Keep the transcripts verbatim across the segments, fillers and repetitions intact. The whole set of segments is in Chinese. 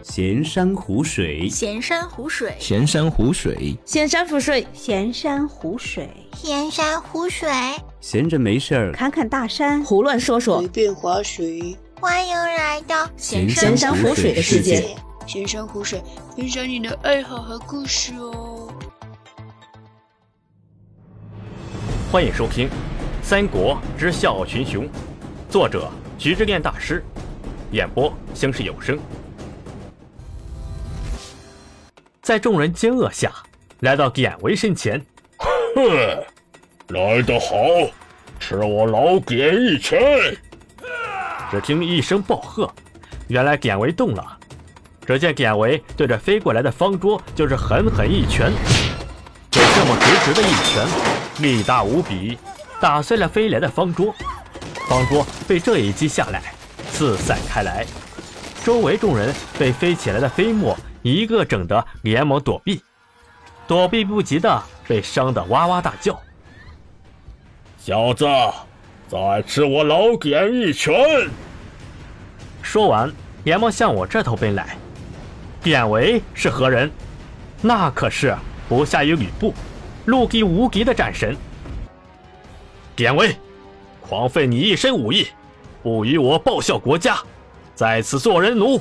闲山湖水， 闲山湖水， 闲山湖水， 闲山湖水， 闲山湖水， 闲山湖水。 闲着没事儿， 侃侃大山， 胡乱说说， 随便划水。 欢迎来到闲闲山湖水的世界。 闲山湖水，分享你的爱好和故事哦。 欢迎收听《三国之笑傲群雄》，作者徐之恋大师，演播兴世有声。在众人惊愕下，来到典韦身前。 哼，来得好，吃我老典一拳！ 只听一声暴喝，原来典韦动了。只见典韦对着飞过来的方桌就是狠狠一拳，就这么直直的一拳，力大无比，打碎了飞来的方桌。方桌被这一击下来四散开来，周围众人被飞起来的飞沫一个整的连忙躲避，躲避不及的被伤得哇哇大叫。 小子，再吃我老典一拳！ 说完连忙向我这头奔来。典韦是何人？那可是不下于吕布，陆地无敌的战神。典韦，狂废你一身武艺，不与我报效国家，在此做人奴。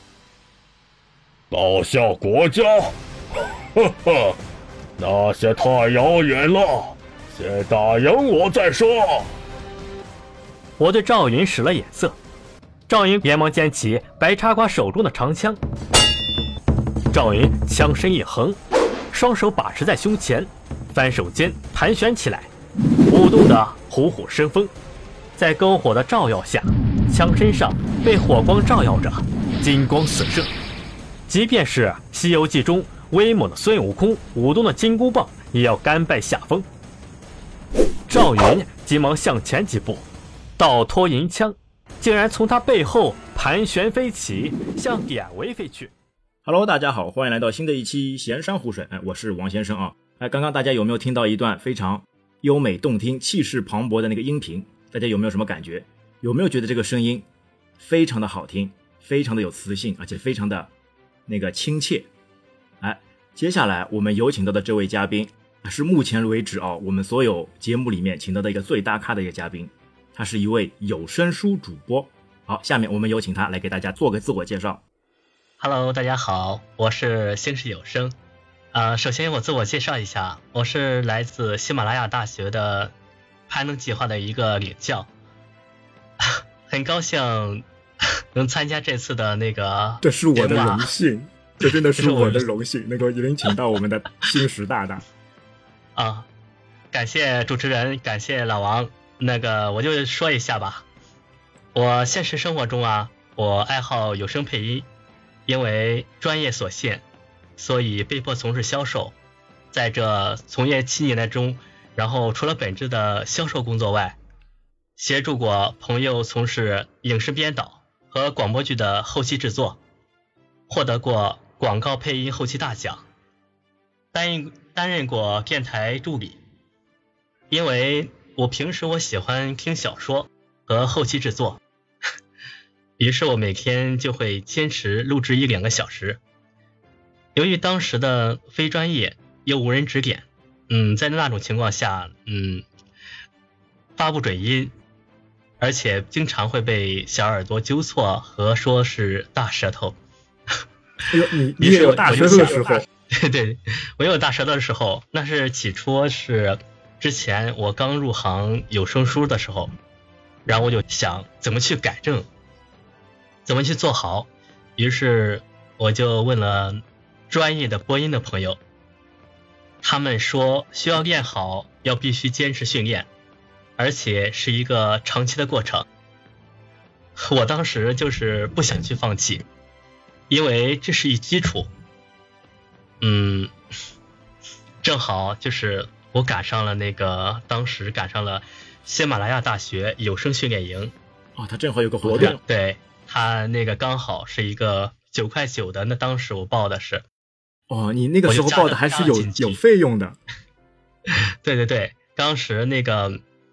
报效国家？呵呵，那些太遥远了，先打赢我再说。 我对赵云使了眼色，赵云连忙捡起白茶瓜手中的长枪。赵云枪身一横，双手把持在胸前，翻手间盘旋起来，舞动的虎虎生风。在篝火的照耀下，枪身上被火光照耀着，金光四射。即便是《西游记》中威猛的孙悟空舞动的金箍棒，也要甘拜下风。赵云急忙向前几步，倒拖银枪，竟然从他背后盘旋飞起，向典韦飞去。 Hello， 大家好，欢迎来到新的一期闲山湖水。哎，我是王先生啊。哎，刚刚大家有没有听到一段非常优美动听、气势磅礴的那个音频？大家有没有什么感觉？有没有觉得这个声音非常的好听，非常的有磁性，而且非常的那个亲切？哎，接下来我们有请到的这位嘉宾是目前为止啊，我们所有节目里面请到的一个最大咖的一个嘉宾，他是一位有声书主播。好，下面我们有请他来给大家做个自我介绍。 Hello， 大家好，我是兴世有声。呃，首先我自我介绍一下，我是来自喜马拉雅大学的攀登计划的一个领教，很高兴能参加这次的那个。 这是我的荣幸，这真的是我的荣幸，能够邀请到我们的兴实大大。 啊，感谢主持人，感谢老王。那个我就说一下吧，我现实生活中啊，我爱好有声配音。因为专业所限，所以被迫从事销售。在这从业七年来中，然后除了本职的销售工作外，协助过朋友从事影视编导和广播剧的后期制作，获得过广告配音后期大奖，担任担任过电台助理。因为我平时我喜欢听小说和后期制作，于是我每天就会坚持录制一两个小时。由于当时的非专业又无人指点，嗯，在那种情况下，嗯，发不准音，而且经常会被小耳朵纠错和说是大舌头。 哎呦，你你也有大舌头的时候？ 对对，我有大舌头的时候，那是起初是之前我刚入行有声书的时候，然后我就想怎么去改正。怎么去做好？于是我就问了专业的播音的朋友，他们说需要练好，要必须坚持训练，而且是一个长期的过程。我当时就是不想去放弃，因为这是一基础。嗯，正好就是我赶上了那个，当时赶上了喜马拉雅大学有声训练营。 哦，他正好有个活动。 对。他那个刚好是一个九块九的，那当时我报的是。 哦，你那个时候报的还是有有费用的。 对对对，当时那个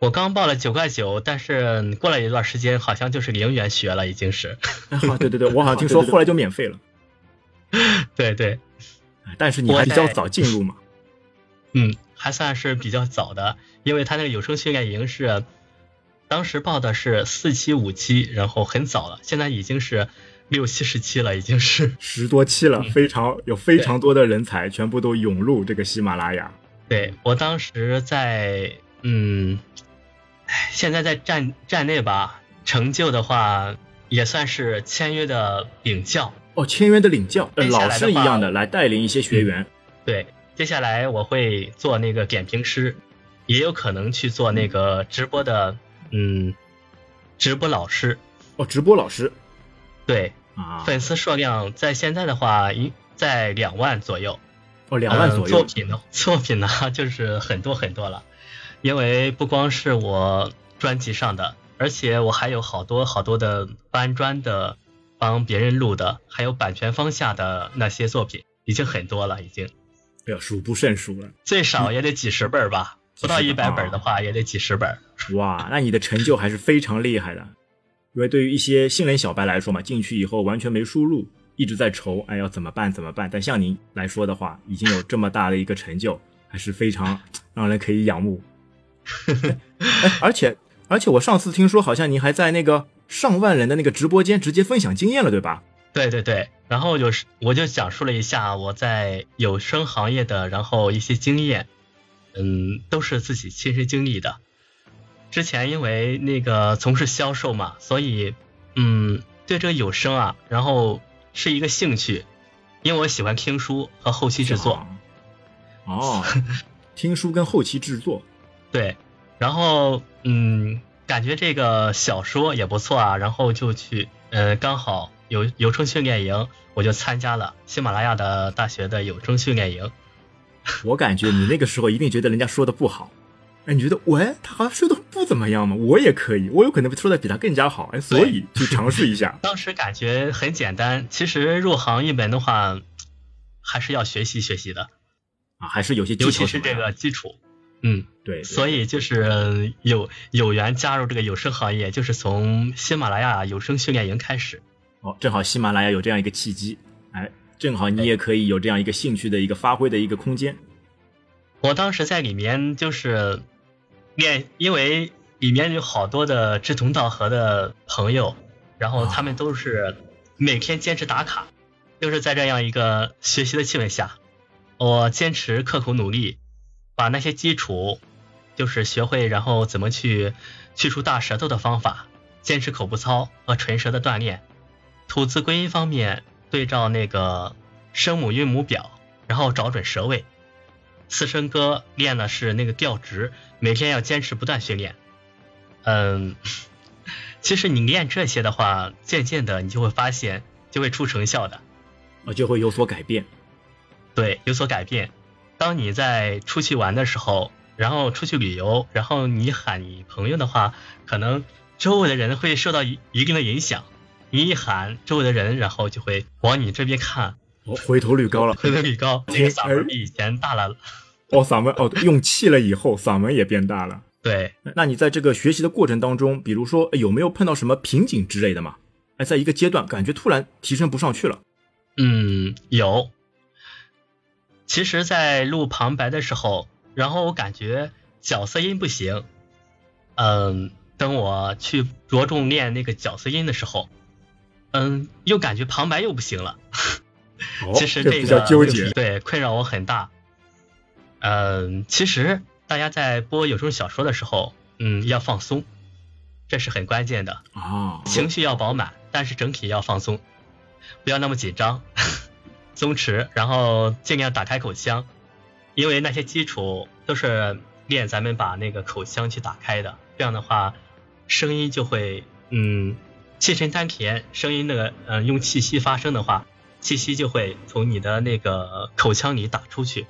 我刚报了九块九，但是过了一段时间，好像就是零元学了，已经是。 哎，好，对对对，我好像听说后来就免费了。 对对， 但是你还比较早进入嘛？ 嗯，还算是比较早的，因为他那个有声训练营是当时报的是四期五期，然后很早了，现在已经是六七十期了，已经是十多期了，非常有非常多的人才全部都涌入这个喜马拉雅。 对，我当时在嗯。现在在站站内吧，成就的话也算是签约的领教哦，签约的领教，呃，老师一样的来带领一些学员、嗯。 对，接下来我会做那个点评师，也有可能去做那个直播的，嗯，直播老师。 哦，直播老师。 对， 啊， 粉丝数量在现在的话，一在两万左右。 哦，两万左右。 嗯、作品呢，作品呢就是很多很多了。因为不光是我专辑上的，而且我还有好多好多的搬砖的，帮别人录的，还有版权方下的那些作品，已经很多了，已经。 哎呀，数不胜数了， 最少也得几十本吧，嗯、不到一百本的话也得几十本。 哇，那你的成就还是非常厉害的。因为对于一些新人小白来说嘛，进去以后完全没输入，一直在愁，哎，要怎么办怎么办？但像您来说的话，已经有这么大的一个成就，还是非常让人可以仰慕。哎，而且而且我上次听说好像你还在那个上万人的那个直播间直接分享经验了，对吧？ 对对对，然后就是我就讲述了一下我在有声行业的然后一些经验，嗯，都是自己亲身经历的。之前因为那个从事销售嘛，所以嗯对这个有声啊，然后是一个兴趣，因为我喜欢听书和后期制作。 哦，听书跟后期制作。 对，然后嗯，感觉这个小说也不错啊，然后就去，呃，刚好有有声训练营，我就参加了喜马拉雅的大学的有声训练营。 我感觉你那个时候一定觉得人家说的不好，哎，你觉得喂，他好像说的不怎么样嘛，我也可以，我有可能说的比他更加好，哎，所以去尝试一下。 当时感觉很简单，其实入行一门的话，还是要学习学习的啊，还是有些基础， 尤其是这个基础。嗯， 对, 对， 所以就是有有缘加入这个有声行业，就是从喜马拉雅有声训练营开始。 哦，正好喜马拉雅有这样一个契机，哎，正好你也可以有这样一个兴趣的一个发挥的一个空间。 我当时在里面就是练，因为里面有好多的志同道合的朋友，然后他们都是每天坚持打卡，就是在这样一个学习的气氛下，我坚持刻苦努力。把那些基础就是学会，然后怎么去去除大舌头的方法，坚持口部操和唇舌的锻炼，吐字归音方面对照那个声母韵母表，然后找准舌位。四声歌练的是那个调值，每天要坚持不断训练。嗯，其实你练这些的话，渐渐的你就会发现就会出成效的， 啊，就会有所改变。 对，有所改变。当你在出去玩的时候，然后出去旅游，然后你喊你朋友的话，可能周围的人会受到一一定的影响。你一喊，周围的人然后就会往你这边看， 哦，回头率高了， 回头率高，那个嗓门比以前大了。 哦，嗓门哦，用气了以后，嗓门也变大了。 对， 那你在这个学习的过程当中，比如说有没有碰到什么瓶颈之类的嘛？哎，在一个阶段感觉突然提升不上去了。 嗯，有。其实在录旁白的时候，然后我感觉角色音不行，嗯，等我去着重练那个角色音的时候，嗯，又感觉旁白又不行了。 哦、 其实这个比较纠结， 对，困扰我很大。嗯，其实大家在播有声小说的时候，嗯，要放松，这是很关键的啊， 情绪要饱满，但是整体要放松，不要那么紧张。松弛，然后尽量打开口腔，因为那些基础都是练咱们把那个口腔去打开的，这样的话声音就会嗯气沉丹田，声音那个嗯、呃、用气息发声的话，气息就会从你的那个口腔里打出去。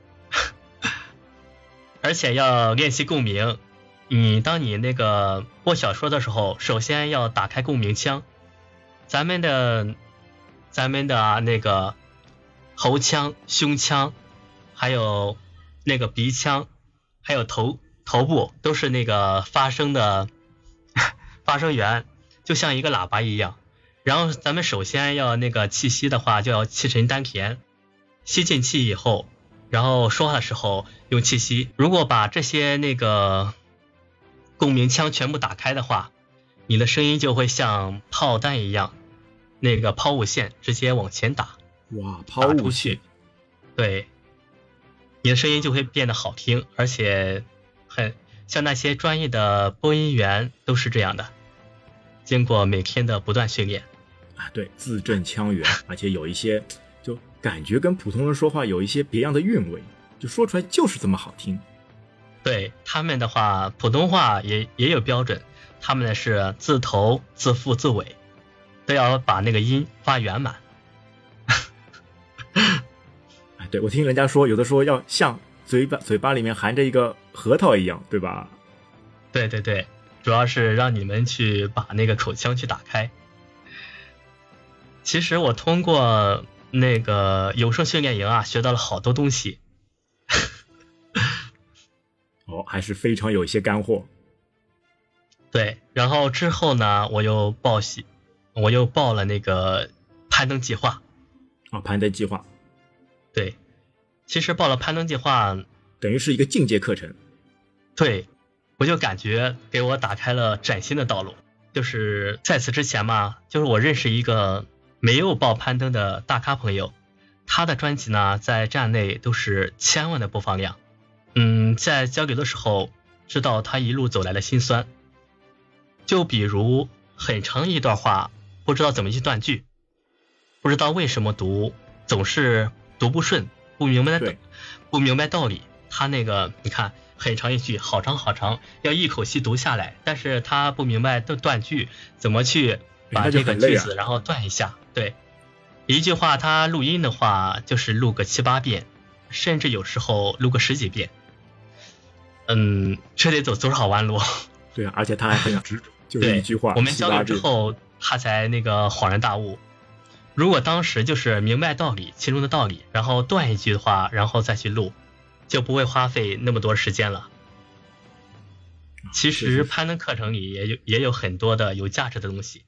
而且要练习共鸣，你当你那个播小说的时候，首先要打开共鸣腔，咱们的咱们的、啊、那个喉腔、胸腔，还有那个鼻腔，还有头头部都是那个发声的发声源，就像一个喇叭一样。然后咱们首先要那个气息的话，就要气沉丹田，吸进气以后，然后说话的时候用气息。如果把这些那个共鸣腔全部打开的话，你的声音就会像炮弹一样，那个抛物线直接往前打。 哇，抛物线， 对，你的声音就会变得好听，而且很像那些专业的播音员都是这样的，经过每天的不断训练啊，对，字正腔圆，而且有一些就感觉跟普通人说话有一些别样的韵味，就说出来就是这么好听。 对，他们的话普通话也也有标准，他们的是字头字腹字尾都要把那个音发圆满。 哎，对，我听人家说有的说要像嘴巴嘴巴里面含着一个核桃一样，对吧？ 对对对，主要是让你们去把那个口腔去打开。其实我通过那个有声训练营啊，学到了好多东西。 哦，还是非常有一些干货。 对，然后之后呢，我又报喜，我又报了那个攀登计划。 啊，攀登计划。 对，其实报了攀登计划， 等于是一个进阶课程。 对，我就感觉给我打开了崭新的道路。就是在此之前嘛，就是我认识一个没有报攀登的大咖朋友，他的专辑呢在站内都是千万的播放量。嗯，在交流的时候知道他一路走来的辛酸。就比如很长一段话不知道怎么去断句，不知道为什么读总是读不顺，不明白的不明白道理。他那个你看很长一句，好长好长，要一口气读下来，但是他不明白的断句怎么去把这个句子然后断一下。对，一句话他录音的话就是录个七八遍，甚至有时候录个十几遍。嗯，这得走多少弯路？ 对啊，而且他还很执着，就是一句话。 我们交流之后，他才那个恍然大悟。如果当时就是明白道理，其中的道理，然后断一句的话，然后再去录，就不会花费那么多时间了。其实攀登课程里也有也有很多的有价值的东西。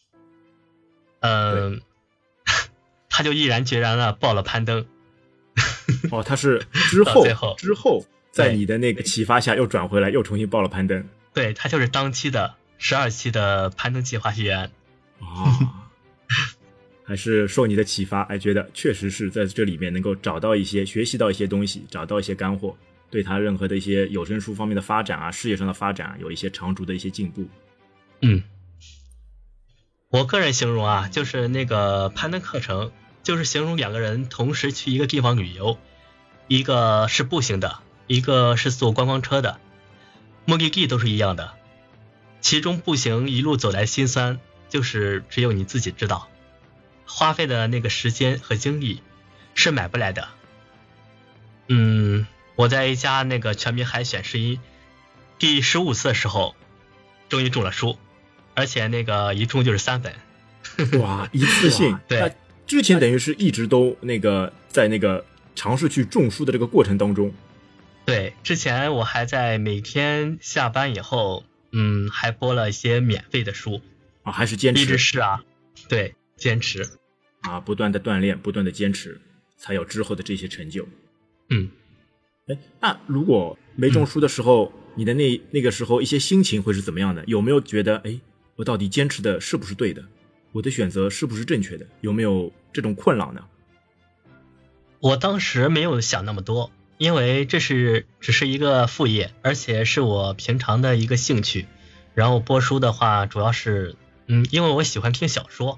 嗯，他就毅然决然的报了攀登。 哦，他是之后之后在你的那个启发下又转回来，又重新报了攀登。 对，他就是当期的十二期的攀登计划学员。 哦，还是受你的启发，哎，觉得确实是在这里面能够找到一些学习到一些东西，找到一些干货，对他任何的一些有声书方面的发展啊，事业上的发展啊，有一些长足的一些进步。 嗯，我个人形容啊，就是那个攀登课程，就是形容两个人同时去一个地方旅游，一个是步行的，一个是坐观光车的，目的地都是一样的，其中步行一路走来辛酸，就是只有你自己知道，花费的那个时间和精力是买不来的。嗯，我在一家那个全民海选试音第十五次的时候，终于中了书，而且那个一中就是三分。 哇，一次性。 对， 之前等于是一直都那个在那个尝试去中书的这个过程当中。 对，之前我还在每天下班以后，嗯，还播了一些免费的书啊，还是坚持。 一直是啊，对，坚持啊，不断的锻炼，不断的坚持，才有之后的这些成就。 嗯， 哎，那如果没中书的时候，嗯、你的那那个时候一些心情会是怎么样的？有没有觉得，哎，我到底坚持的是不是对的？我的选择是不是正确的？有没有这种困扰呢？ 我当时没有想那么多，因为这是只是一个副业，而且是我平常的一个兴趣。然后播书的话，主要是，嗯，因为我喜欢听小说。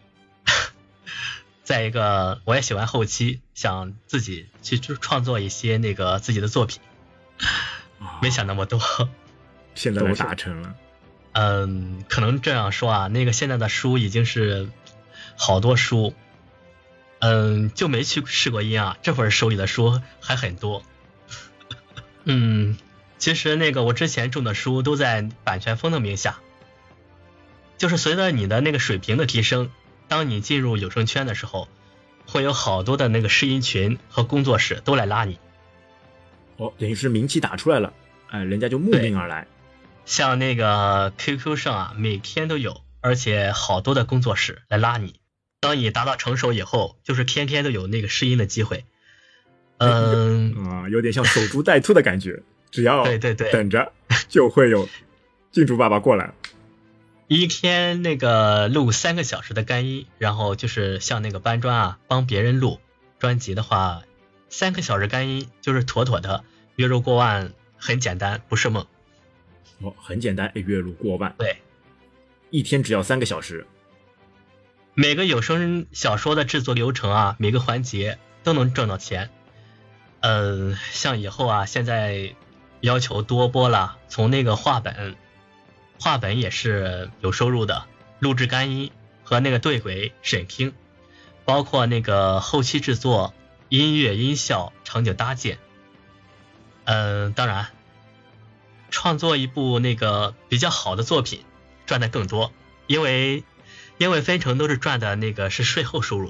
再一个，我也喜欢后期，想自己去创作一些那个自己的作品，没想那么多， 现在都达成了。 嗯，可能这样说啊，那个现在的书已经是好多书，嗯，就没去试过音啊，这会儿手里的书还很多。嗯，其实那个我之前种的书都在版权风的名下，就是随着你的那个水平的提升。当你进入有声圈的时候，会有好多的那个试音群和工作室都来拉你。 哦，等于是名气打出来了， 哎、呃，人家就慕名而来。 像那个 Q Q 上啊，每天都有，而且好多的工作室来拉你。当你达到成熟以后，就是天天都有那个试音的机会。嗯啊，有点像守株待兔的感觉，只要对对对等着就会有金主爸爸过来。 一天那个录三个小时的干音，然后就是像那个搬砖啊，帮别人录专辑的话，三个小时干音就是妥妥的，月入过万很简单，不是梦。 哦，很简单，月入过万。 对， 一天只要三个小时。 每个有声小说的制作流程啊，每个环节都能挣到钱。呃，像以后啊，现在要求多播了，从那个画本，画本也是有收入的，录制干音和那个对轨审听，包括那个后期制作、音乐、音效、场景搭建。嗯、呃，当然，创作一部那个比较好的作品，赚的更多，因为因为分成都是赚的那个是税后收入。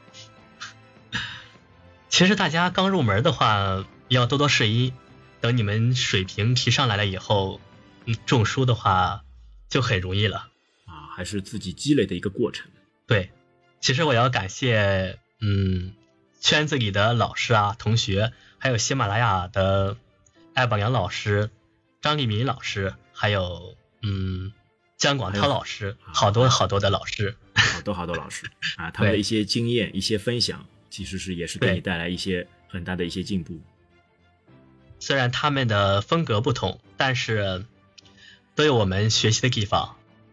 其实大家刚入门的话，要多多试音，等你们水平提上来了以后，嗯，中书的话就很容易了啊，还是自己积累的一个过程。 对，其实我要感谢，嗯，圈子里的老师啊、同学，还有喜马拉雅的艾宝良老师、张立民老师，还有嗯姜广涛老师，好多好多的老师， 好多好多老师啊，他们的一些经验、一些分享。其实是也是给你带来一些很大的一些进步。 虽然他们的风格不同，但是都有我们学习的地方。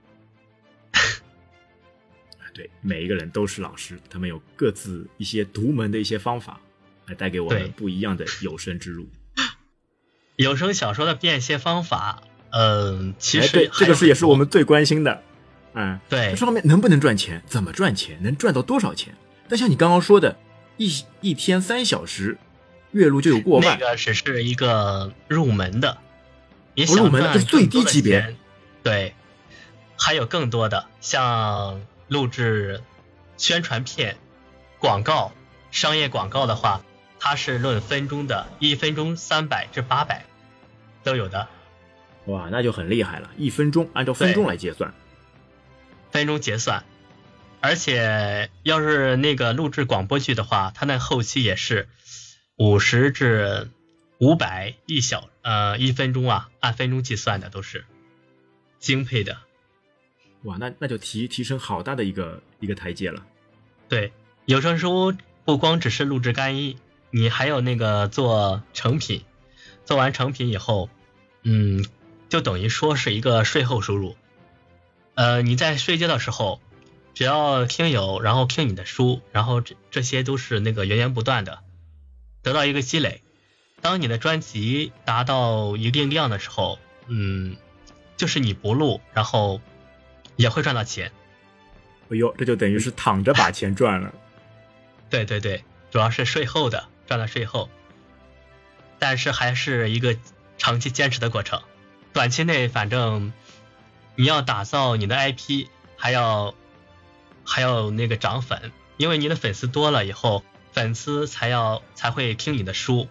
对，每一个人都是老师，他们有各自一些独门的一些方法，来带给我们不一样的有声之路。 有声小说的变现方法，嗯、呃，其实、 哎、对，这个是也是我们最关心的。嗯， 对， 这上面能不能赚钱？怎么赚钱？能赚到多少钱？但像你刚刚说的。一一天三小时，月入就有过万。 那个只是一个入门的，你想入门的是最低级别。 对，还有更多的，像录制宣传片、广告、商业广告的话，它是论分钟的，一分钟三百至八百都有的。 哇，那就很厉害了，一分钟按照分钟来结算， 分钟结算。而且要是那个录制广播剧的话，它那后期也是五十至五百一小呃一分钟啊，按分钟计算的，都是精配的。 哇，那那就提提升好大的一个一个台阶了。 对，有声书不光只是录制干音，你还有那个做成品，做完成品以后，嗯，就等于说是一个税后收入。呃，你在税阶的时候。只要听友，然后听你的书，然后这这些都是那个源源不断的，得到一个积累。当你的专辑达到一定量的时候，嗯，就是你不录，然后也会赚到钱。 哎呦，这就等于是躺着把钱赚了。 对对对，主要是税后的，赚了税后，但是还是一个长期坚持的过程。短期内，反正你要打造你的 I P， 还要。还要那个涨粉，因为你的粉丝多了以后，粉丝才要才会听你的书，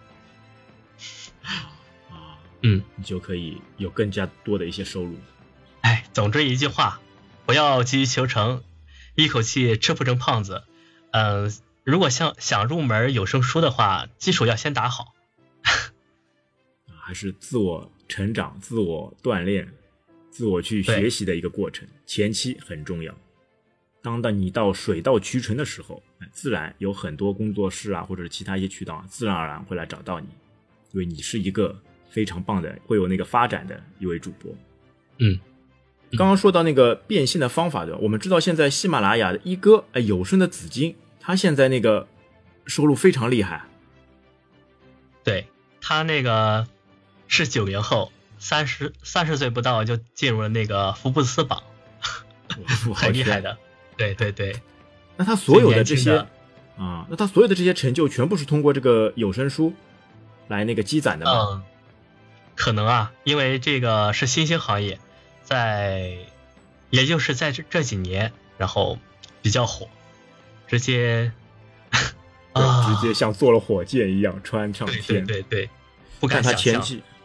啊， 嗯， 你就可以有更加多的一些收入。 哎，总之一句话，不要急于求成，一口气吃不成胖子。嗯、呃，如果想想入门有声书的话，基础要先打好， 还是自我成长、自我锻炼、自我去学习的一个过程，前期很重要。当到你到水到渠成的时候，自然有很多工作室啊，或者是其他一些渠道啊，自然而然会来找到你，因为你是一个非常棒的，会有那个发展的一位主播。 嗯， 刚刚说到那个变现的方法，对吧？我们知道现在喜马拉雅的一哥，哎，有声的紫金，他现在那个收入非常厉害。 对，他那个是九零后，三十三十岁不到就进入了那个福布斯榜，很厉害的。对对对， 那他所有的这些啊，那他所有的这些成就全部是通过这个有声书来那个积攒的吗？ 嗯，可能啊，因为这个是新兴行业，在也就是在这这几年，然后比较火，直接啊，直接像坐了火箭一样穿上天。 对对对对，不敢想象。 但他前期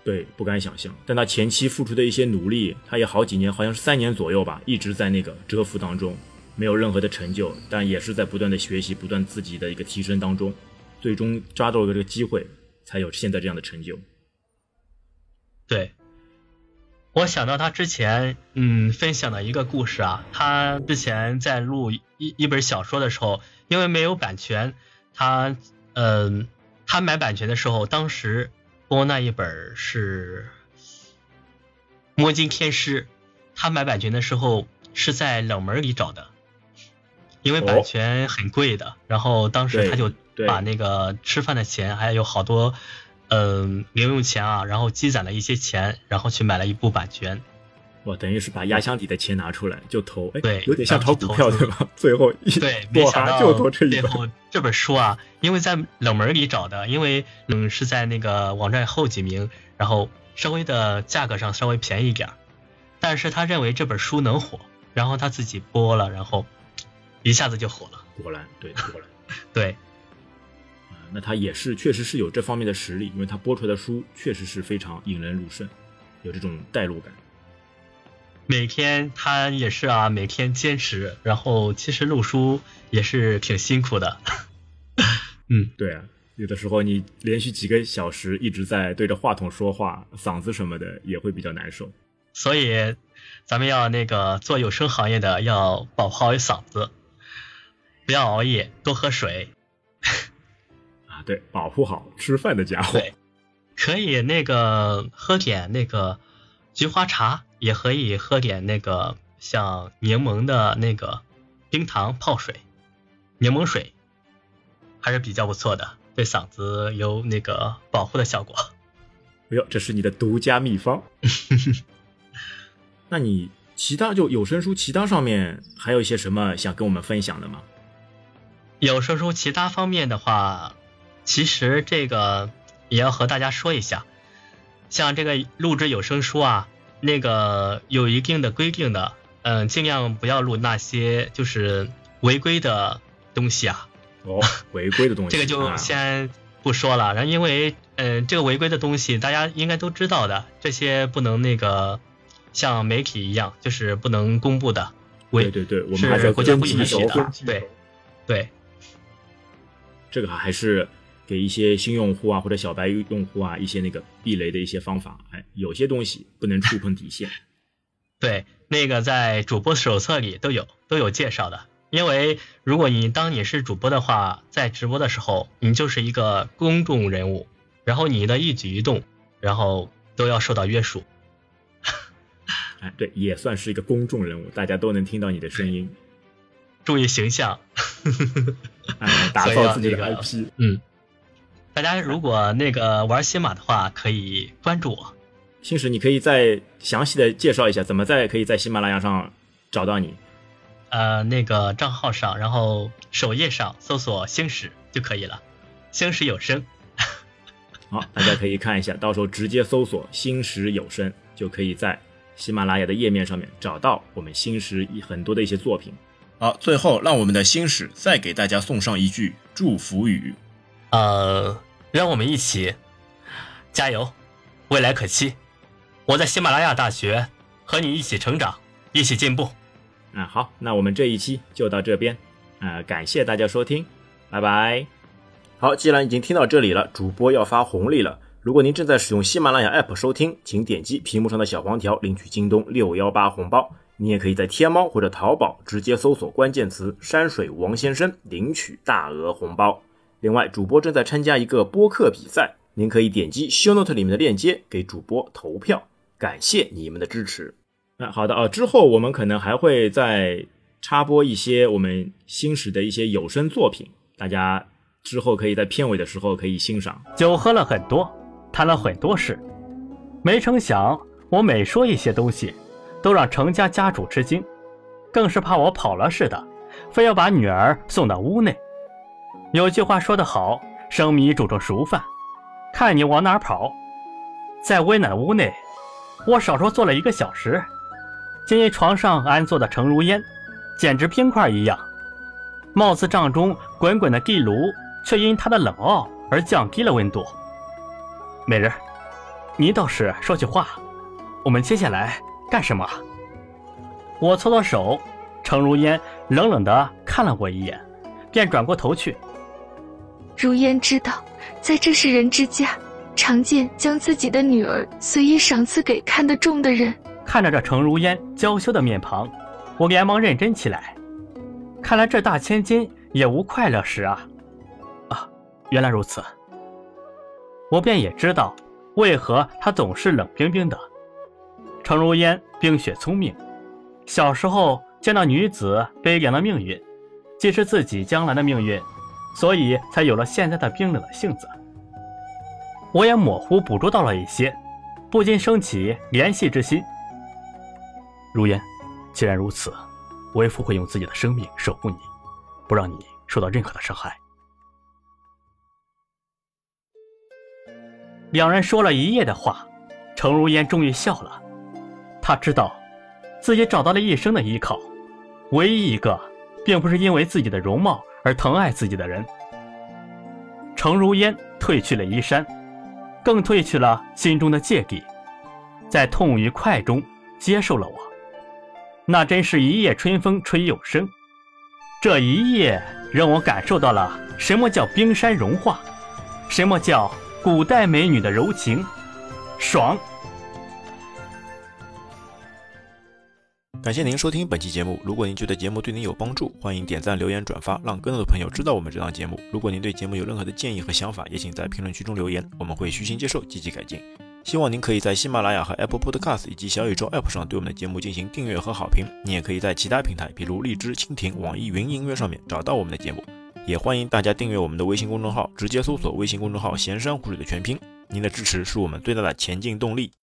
对，不敢想象。但他前期付出的一些努力，他也好几年，好像是三年左右吧，一直在那个蛰伏当中，没有任何的成就，但也是在不断的学习，不断自己的一个提升当中，最终抓到了这个机会，才有现在这样的成就。 对，我想到他之前嗯分享的一个故事啊，他之前在录一一本小说的时候，因为没有版权，他嗯、呃、他买版权的时候，当时播那一本是摸金天师，他买版权的时候是在冷门里找的，因为版权很贵的，哦、然后当时他就把那个吃饭的钱还有好多嗯、呃、零用钱啊，然后积攒了一些钱，然后去买了一部版权。 哇，等于是把压箱底的钱拿出来就投，哎， 对， 有点像炒股票对吧？最后一对，没想到就投这一最后这本书啊，因为在冷门里找的，因为嗯是在那个网站后几名，然后稍微的价格上稍微便宜一点，但是他认为这本书能火，然后他自己播了，然后一下子就火了。 果然，对，果然， 对。 那他也是确实是有这方面的实力，因为他播出来的书确实是非常引人入胜，有这种代入感。 每天他也是啊，每天坚持，然后其实录书也是挺辛苦的。嗯， 对啊，有的时候你连续几个小时一直在对着话筒说话，嗓子什么的也会比较难受。 所以咱们要那个做有声行业的要保护好嗓子，不要熬夜，多喝水。 啊，对，保护好吃饭的家伙。 对，可以那个喝点那个菊花茶，也可以喝点那个像柠檬的那个冰糖泡水，柠檬水还是比较不错的，对嗓子有那个保护的效果。 哎呦，这是你的独家秘方。那你其他就有声书其他上面还有一些什么想跟我们分享的吗？ 有声书其他方面的话，其实这个也要和大家说一下，像这个录制有声书啊，那个有一定的规定的，嗯，尽量不要录那些就是违规的东西啊。 哦，违规的东西， 这个就先不说了。然后因为嗯，这个违规的东西大家应该都知道的，这些不能那个像媒体一样，就是不能公布的。 对对对，我们还是国家不允许的。对对， 这个还是给一些新用户啊或者小白用户啊一些那个避雷的一些方法。哎，有些东西不能触碰底线。 对，那个在主播手册里都有都有介绍的。因为如果你当你是主播的话，在直播的时候，你就是一个公众人物，然后你的一举一动，然后都要受到约束。 哎，对，也算是一个公众人物，大家都能听到你的声音， 注意形象。 哎，打造自己的 I P。 嗯，大家如果那个玩新马的话，可以关注我。 星矢，你可以再详细的介绍一下，怎么在可以在喜马拉雅上找到你？ 呃，那个账号上，然后首页上搜索星矢就可以了，星矢有声。 好，大家可以看一下，到时候直接搜索星矢有声，就可以在喜马拉雅的页面上面找到我们星矢很多的一些作品。好，最后让我们的星矢再给大家送上一句祝福语。 呃，让我们一起加油，未来可期。我在喜马拉雅大学和你一起成长，一起进步。 啊，好，那我们这一期就到这边，啊，感谢大家收听，拜拜。好，既然已经听到这里了，主播要发红利了。如果您正在使用喜马拉雅 App 收听，请点击屏幕上的小黄条领取京东六一八红包。你也可以在天猫或者淘宝直接搜索关键词山水王先生领取大额红包。另外，主播正在参加一个播客比赛，您可以点击 show note 里面的链接给主播投票，感谢你们的支持。那好的啊，之后我们可能还会再插播一些我们星矢的一些有声作品，大家之后可以在片尾的时候可以欣赏。 酒喝了很多，谈了很多事，没成想我每说一些东西都让程家家主吃惊，更是怕我跑了似的，非要把女儿送到屋内。有句话说得好，生米煮成熟饭，看你往哪儿跑。在温暖的屋内，我少说坐了一个小时，竟因床上安坐的程如烟，简直冰块一样。貌似帐中滚滚的地炉，却因它的冷傲而降低了温度。美人， 您倒是说句话，我们接下来干什么？我搓搓手，程如烟冷冷地看了我一眼，便转过头去。 如烟知道，在这世人之家，常见将自己的女儿随意赏赐给看得重的人。 看着这程如烟娇羞的面庞，我连忙认真起来。看来这大千金也无快乐时啊！啊，原来如此。我便也知道为何她总是冷冰冰的。程如烟冰雪聪明，小时候见到女子悲凉的命运，既是自己将来的命运，所以才有了现在的冰冷的性子。我也模糊捕捉到了一些，不禁升起怜惜之心。如烟，既然如此，为父会用自己的生命守护你，不让你受到任何的伤害。两人说了一夜的话，程如烟终于笑了。她知道自己找到了一生的依靠，唯一一个并不是因为自己的容貌而疼爱自己的人。程如烟褪去了衣衫，更褪去了心中的芥蒂，在痛与快中接受了我。那真是一夜春风吹又生，这一夜让我感受到了什么叫冰山融化，什么叫古代美女的柔情，爽。 感谢您收听本期节目，如果您觉得节目对您有帮助，欢迎点赞留言转发，让更多的朋友知道我们这档节目。如果您对节目有任何的建议和想法，也请在评论区中留言，我们会虚心接受，积极改进。希望您可以在喜马拉雅和 Apple Podcast 以及小宇宙 App 上对我们的节目进行订阅和好评。你也可以在其他平台，比如荔枝、蜻蜓、网易云音乐上面找到我们的节目。也欢迎大家订阅我们的微信公众号，直接搜索微信公众号闲山湖水的全拼。您的支持是我们最大的前进动力。